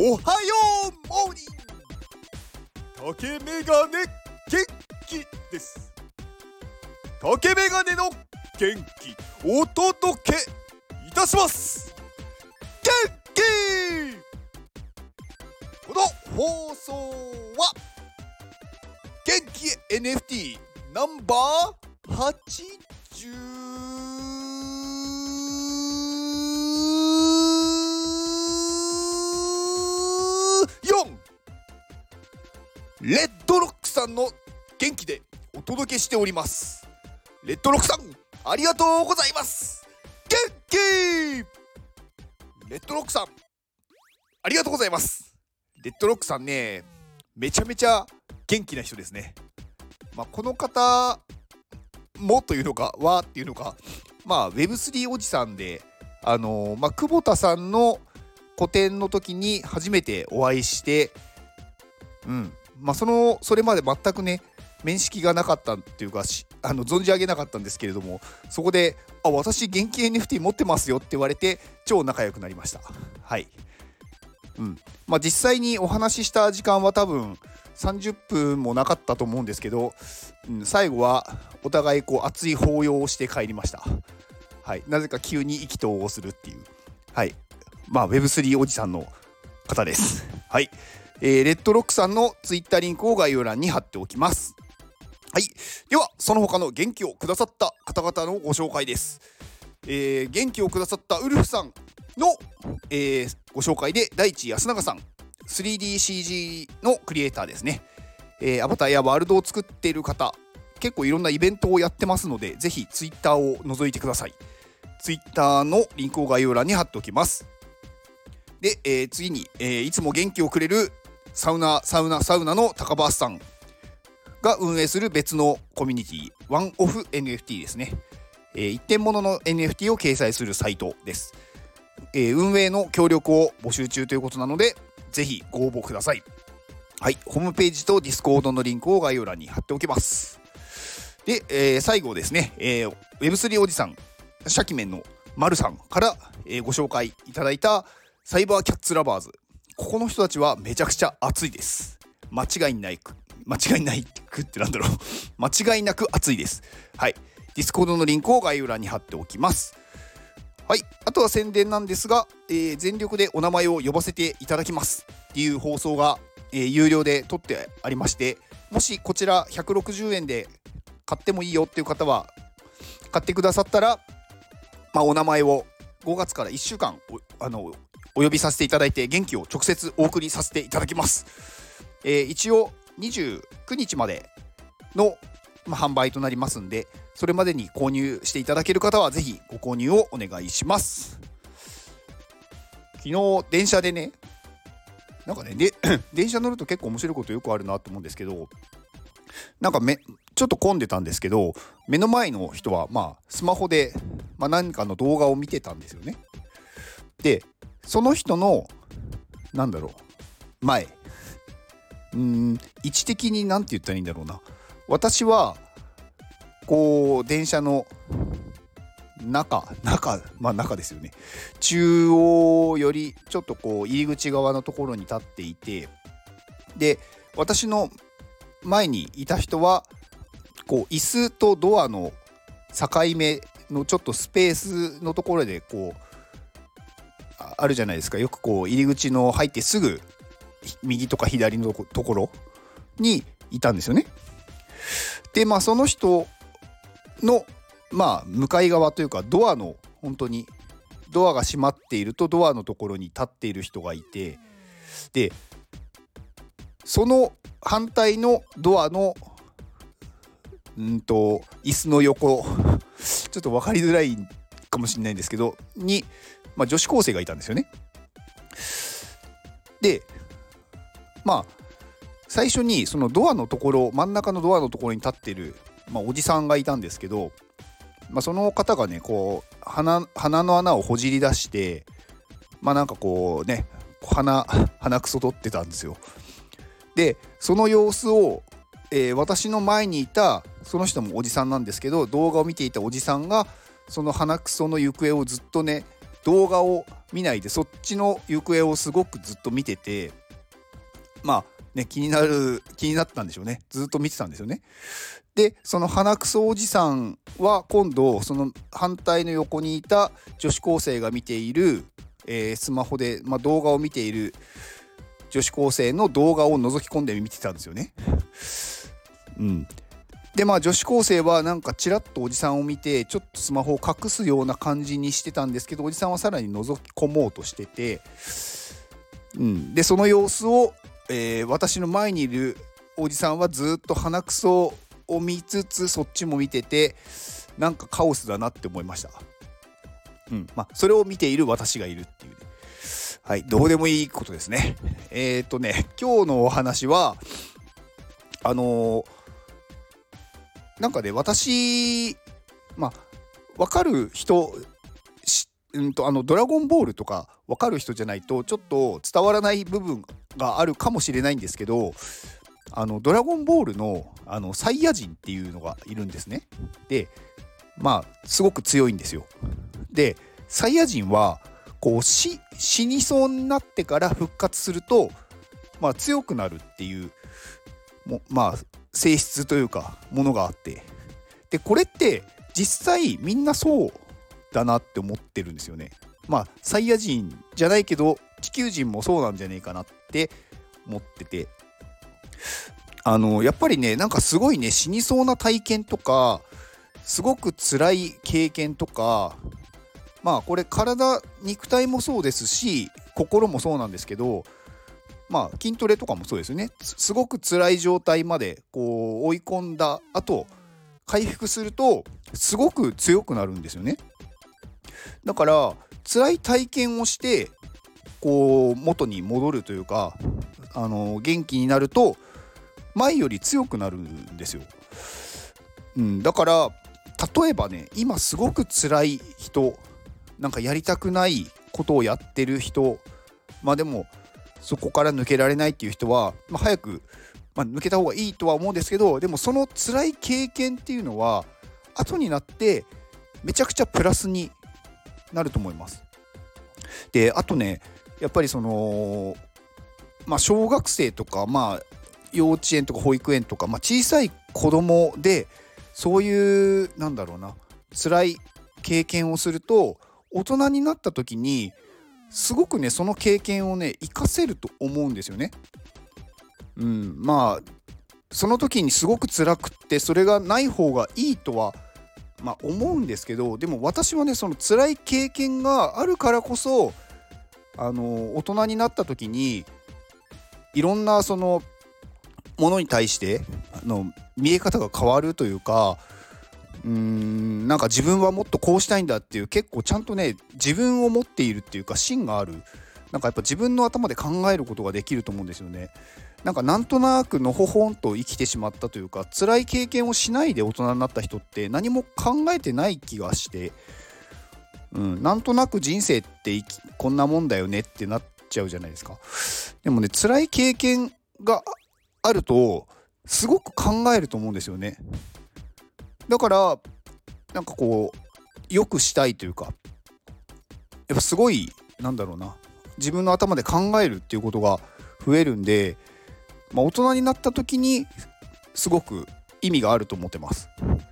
おはようモーニング、竹メガネ元気です。竹メガネの元気お届けいたします。元気。この放送は元気 NFT ナンバー84レッドロックさんの元気でお届けしております。レッドロックさんありがとうございます。元気。レッドロックさんありがとうございます。レッドロックさんね、めちゃめちゃ元気な人ですね。この方もというのかはっていうのか、Web3 おじさんで久保田さんの個展の時に初めてお会いして、それまで全くね面識がなかったっていうか存じ上げなかったんですけれども、そこで私元気 NFT 持ってますよって言われて超仲良くなりました。はい。実際にお話しした時間は多分30分もなかったと思うんですけど、最後はお互い熱い抱擁をして帰りました。はい。なぜか急に意気投合するっていう。はい。Web3 おじさんの方です。はい。レッドロックさんのツイッターリンクを概要欄に貼っておきます。はい。ではその他の元気をくださった方々のご紹介です。元気をくださったウルフさんの、ご紹介で、大地安永さん 3DCG のクリエイターですね。アバターやワールドを作っている方、結構いろんなイベントをやってますので、ぜひツイッターを覗いてください。ツイッターのリンクを概要欄に貼っておきます。で、次に、いつも元気をくれるサウナの高橋さんが運営する別のコミュニティワンオフ NFT ですね。一点物の NFT を掲載するサイトです。運営の協力を募集中ということなので、ぜひご応募ください。はい。ホームページとディスコードのリンクを概要欄に貼っておきます。で、最後ですね、Web3 おじさんシャキメンのマルさんから、ご紹介いただいたサイバーキャッツラバーズ、ここの人たちはめちゃくちゃ熱いです。間違いなくってなんだろう間違いなく熱いです。はい。ディスコードのリンクを概要欄に貼っておきます。はい。あとは宣伝なんですが、全力でお名前を呼ばせていただきますっていう放送が、有料で撮ってありまして、もしこちら160円で買ってもいいよっていう方は買ってくださったら、お名前を5月から1週間お呼びさせていただいて、元気を直接お送りさせていただきます。一応29日までの、販売となりますんで、それまでに購入していただける方はぜひご購入をお願いします。昨日電車でね、電車乗ると結構面白いことよくあるなと思うんですけど、ちょっと混んでたんですけど、目の前の人はスマホで、何かの動画を見てたんですよね。でその人の前、位置的に何て言ったらいいんだろうな。私は電車の中ですよね。中央よりちょっと入り口側のところに立っていて、で私の前にいた人は椅子とドアの境目のちょっとスペースのところであるじゃないですか。よく入り口の入ってすぐ右とか左のところにいたんですよね。でその人の向かい側というか、ドアの本当にドアが閉まっているとドアのところに立っている人がいて、でその反対のドアの椅子の横ちょっと分かりづらいかもしれないんですけどに、女子高生がいたんですよね。で最初にそのドアのところ、真ん中のドアのところに立ってる、おじさんがいたんですけど、その方がね鼻の穴をほじり出して、鼻くそ取ってたんですよ。でその様子を、私の前にいたその人もおじさんなんですけど、動画を見ていたおじさんがその鼻くその行方をずっとね動画を見ないでそっちの行方をすごくずっと見てて、まあね、気になったんでしょうね。ずっと見てたんですよね。でその鼻くそおじさんは今度その反対の横にいた女子高生が見ている、スマホで、動画を見ている女子高生の動画を覗き込んで見てたんですよね。で女子高生はなんかちらっとおじさんを見てちょっとスマホを隠すような感じにしてたんですけど、おじさんはさらに覗き込もうとしてて、でその様子を、私の前にいるおじさんはずっと鼻くそを見つつそっちも見てて、なんかカオスだなって思いました。それを見ている私がいるっていうね。はい、どうでもいいことですね。今日のお話はなんかね、私分かる人ドラゴンボールとか分かる人じゃないとちょっと伝わらない部分があるかもしれないんですけど、ドラゴンボールのサイヤ人っていうのがいるんですね。ですごく強いんですよ。でサイヤ人はこう死にそうになってから復活すると、強くなるっていう性質というかものがあって、でこれって実際みんなそうだなって思ってるんですよね。サイヤ人じゃないけど地球人もそうなんじゃねえかなって思ってて、やっぱりね、なんかすごいね、死にそうな体験とかすごく辛い経験とか、これ肉体もそうですし心もそうなんですけど、筋トレとかもそうですよね。すごく辛い状態までこう追い込んだ後回復するとすごく強くなるんですよね。だから辛い体験をしてこう元に戻るというか、元気になると前より強くなるんですよ。だから例えばね、今すごく辛い人、なんかやりたくないことをやってる人、でもそこから抜けられないっていう人は、早く、抜けた方がいいとは思うんですけど、でもその辛い経験っていうのは後になってめちゃくちゃプラスになると思います。であとね、やっぱりその小学生とか幼稚園とか保育園とか、小さい子供でそういう辛い経験をすると大人になった時にすごくねその経験をね活かせると思うんですよね。その時にすごく辛くってそれがない方がいいとは思うんですけど、でも私はねその辛い経験があるからこそ大人になった時にいろんなそのものに対して見え方が変わるというか、なんか自分はもっとこうしたいんだっていう結構ちゃんとね自分を持っているっていうか芯がある、なんかやっぱ自分の頭で考えることができると思うんですよね。なんとなくのほほんと生きてしまったというか、辛い経験をしないで大人になった人って何も考えてない気がして、なんとなく人生ってこんなもんだよねってなっちゃうじゃないですか。でもね、辛い経験があるとすごく考えると思うんですよね。だからなんかこう良くしたいというか、やっぱすごい自分の頭で考えるっていうことが増えるんで、大人になった時にすごく意味があると思ってます。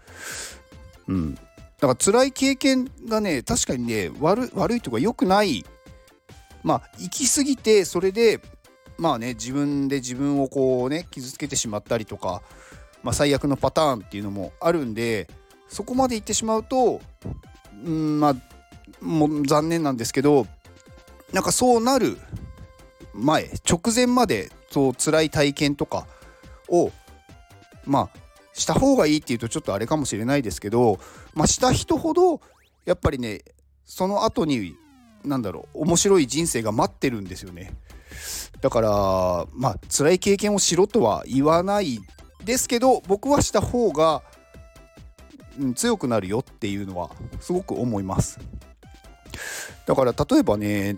だから辛い経験がね確かにね悪いとか良くない、行き過ぎてそれで自分で自分をこうね傷つけてしまったりとか、最悪のパターンっていうのもあるんで、そこまでいってしまうともう残念なんですけど、なんかそうなる直前までそう辛い体験とかをした方がいいっていうとちょっとあれかもしれないですけど、した人ほどやっぱりねその後に面白い人生が待ってるんですよね。だから辛い経験をしろとは言わないですけど、僕はした方が、強くなるよっていうのはすごく思います。だから例えばね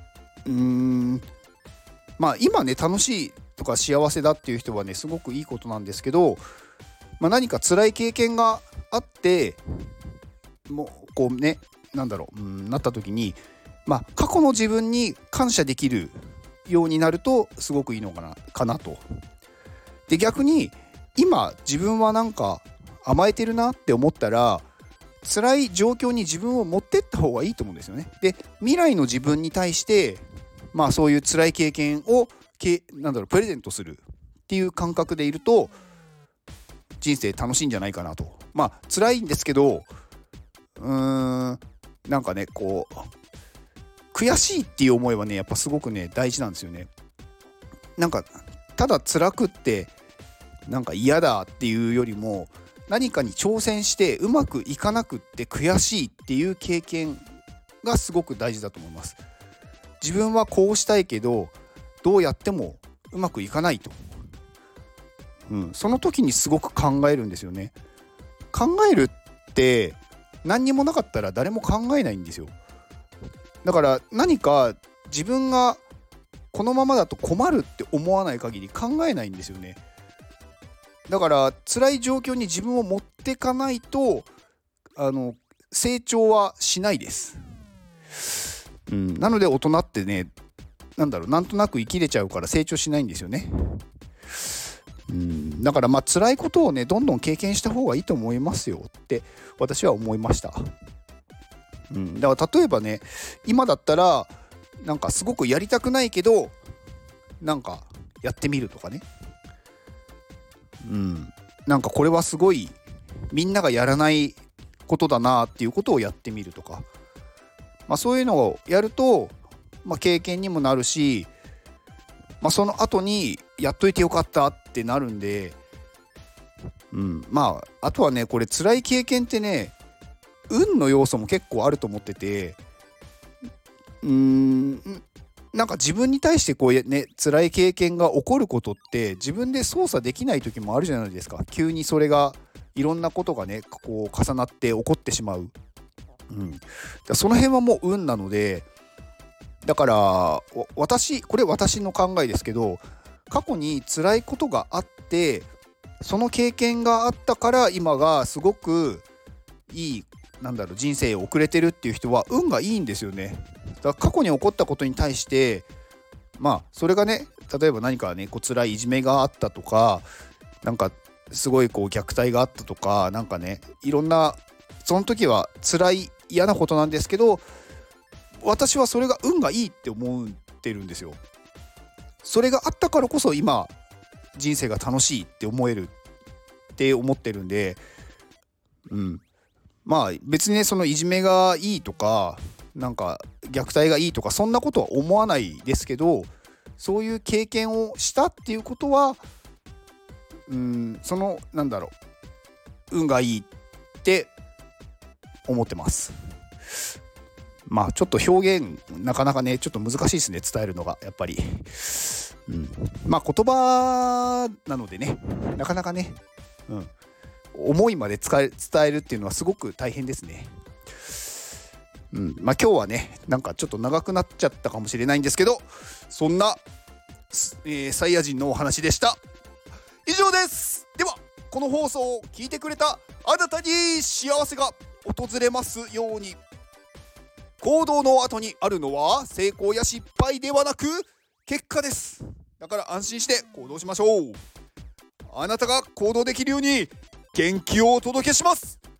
今ね楽しいとか幸せだっていう人はねすごくいいことなんですけど、何か辛い経験があってもうこうねなった時に過去の自分に感謝できるようになるとすごくいいのかなと。で逆に今自分はなんか甘えてるなって思ったら、辛い状況に自分を持ってった方がいいと思うんですよね。で未来の自分に対してそういう辛い経験をプレゼントするっていう感覚でいると人生楽しいんじゃないかなと。辛いんですけどなんかねこう悔しいっていう思いはねやっぱすごくね大事なんですよね。なんかただ辛くってなんか嫌だっていうよりも、何かに挑戦してうまくいかなくって悔しいっていう経験がすごく大事だと思います。自分はこうしたいけどどうやってもうまくいかないと、その時にすごく考えるんですよね。考えるって何にもなかったら誰も考えないんですよ。だから何か自分がこのままだと困るって思わない限り考えないんですよね。だから辛い状況に自分を持ってかないと成長はしないです。なので大人ってねなんとなく生きれちゃうから成長しないんですよね。だから辛いことをねどんどん経験した方がいいと思いますよって私は思いました。だから例えばね今だったらなんかすごくやりたくないけどなんかやってみるとかね、なんかこれはすごいみんながやらないことだなっていうことをやってみるとか、そういうのをやると、経験にもなるし、その後にやっといてよかったってなるんで、あとはねこれ辛い経験ってね運の要素も結構あると思ってて、なんか自分に対してこうね辛い経験が起こることって自分で操作できない時もあるじゃないですか。急にそれがいろんなことがねこう重なって起こってしまう。その辺はもう運なので、だからこれ私の考えですけど、過去に辛いことがあってその経験があったから今がすごくいい人生を送れてるっていう人は運がいいんですよね。だから過去に起こったことに対してそれがね例えば何かねこう辛いいじめがあったとか、なんかすごいこう虐待があったとか、なんかねいろんなその時は辛い嫌なことなんですけど、私はそれが運がいいって思ってるんですよ。それがあったからこそ今人生が楽しいって思えるって思ってるんで、別にねそのいじめがいいとかなんか虐待がいいとかそんなことは思わないですけど、そういう経験をしたっていうことはその運がいいって思ってます。ちょっと表現なかなかねちょっと難しいですね、伝えるのがやっぱり。言葉なのでねなかなかね、思いまで伝えるっていうのはすごく大変ですね。今日はねなんかちょっと長くなっちゃったかもしれないんですけど、そんな、サイヤ人のお話でした。以上です。ではこの放送を聞いてくれたあなたに幸せが訪れますように。行動の後にあるのは成功や失敗ではなく結果です。だから安心して行動しましょう。あなたが行動できるように元気をお届けします。